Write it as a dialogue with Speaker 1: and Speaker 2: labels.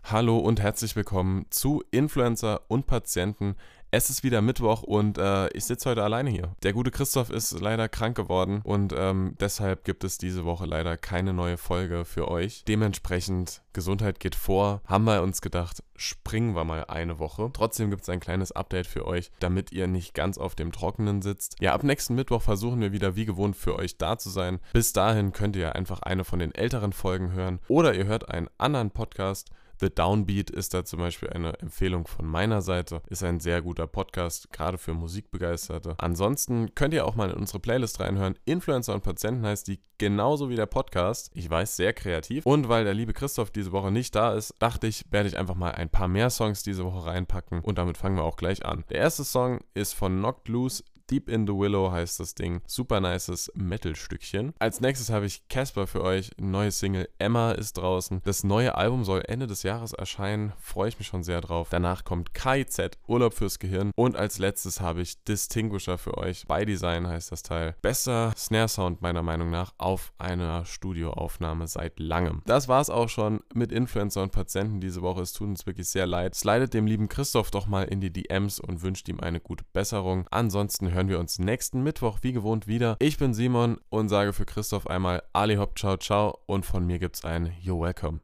Speaker 1: Hallo und herzlich willkommen zu Influencer und Patienten. Es ist wieder Mittwoch und ich sitze heute alleine hier. Der gute Christoph ist leider krank geworden und deshalb gibt es diese Woche leider keine neue Folge für euch. Dementsprechend, Gesundheit geht vor, haben wir uns gedacht, springen wir mal eine Woche. Trotzdem gibt es ein kleines Update für euch, damit ihr nicht ganz auf dem Trockenen sitzt. Ja, ab nächsten Mittwoch versuchen wir wieder wie gewohnt für euch da zu sein. Bis dahin könnt ihr einfach eine von den älteren Folgen hören oder ihr hört einen anderen Podcast. The Downbeat ist da zum Beispiel eine Empfehlung von meiner Seite. Ist ein sehr guter Podcast, gerade für Musikbegeisterte. Ansonsten könnt ihr auch mal in unsere Playlist reinhören. Influencer und Patienten heißt die genauso wie der Podcast. Ich weiß, sehr kreativ. Und weil der liebe Christoph diese Woche nicht da ist, dachte ich, werde ich einfach mal ein paar mehr Songs diese Woche reinpacken. Und damit fangen wir auch gleich an. Der erste Song ist von Knocked Loose. Deep in the Willow heißt das Ding. Super nices Metal-Stückchen. Als nächstes habe ich Casper für euch. Neue Single Emma ist draußen. Das neue Album soll Ende des Jahres erscheinen. Freue ich mich schon sehr drauf. Danach kommt KIZ, Urlaub fürs Gehirn. Und als letztes habe ich Distinguisher für euch. By Design heißt das Teil. Bester Snare-Sound meiner Meinung nach auf einer Studioaufnahme seit langem. Das war's auch schon mit Influencer und Patienten diese Woche. Es tut uns wirklich sehr leid. Slidet dem lieben Christoph doch mal in die DMs und wünscht ihm eine gute Besserung. Ansonsten hören wir uns nächsten Mittwoch wie gewohnt wieder. Ich bin Simon und sage für Christoph einmal Ali Hopp, ciao, ciao und von mir gibt's ein You're welcome.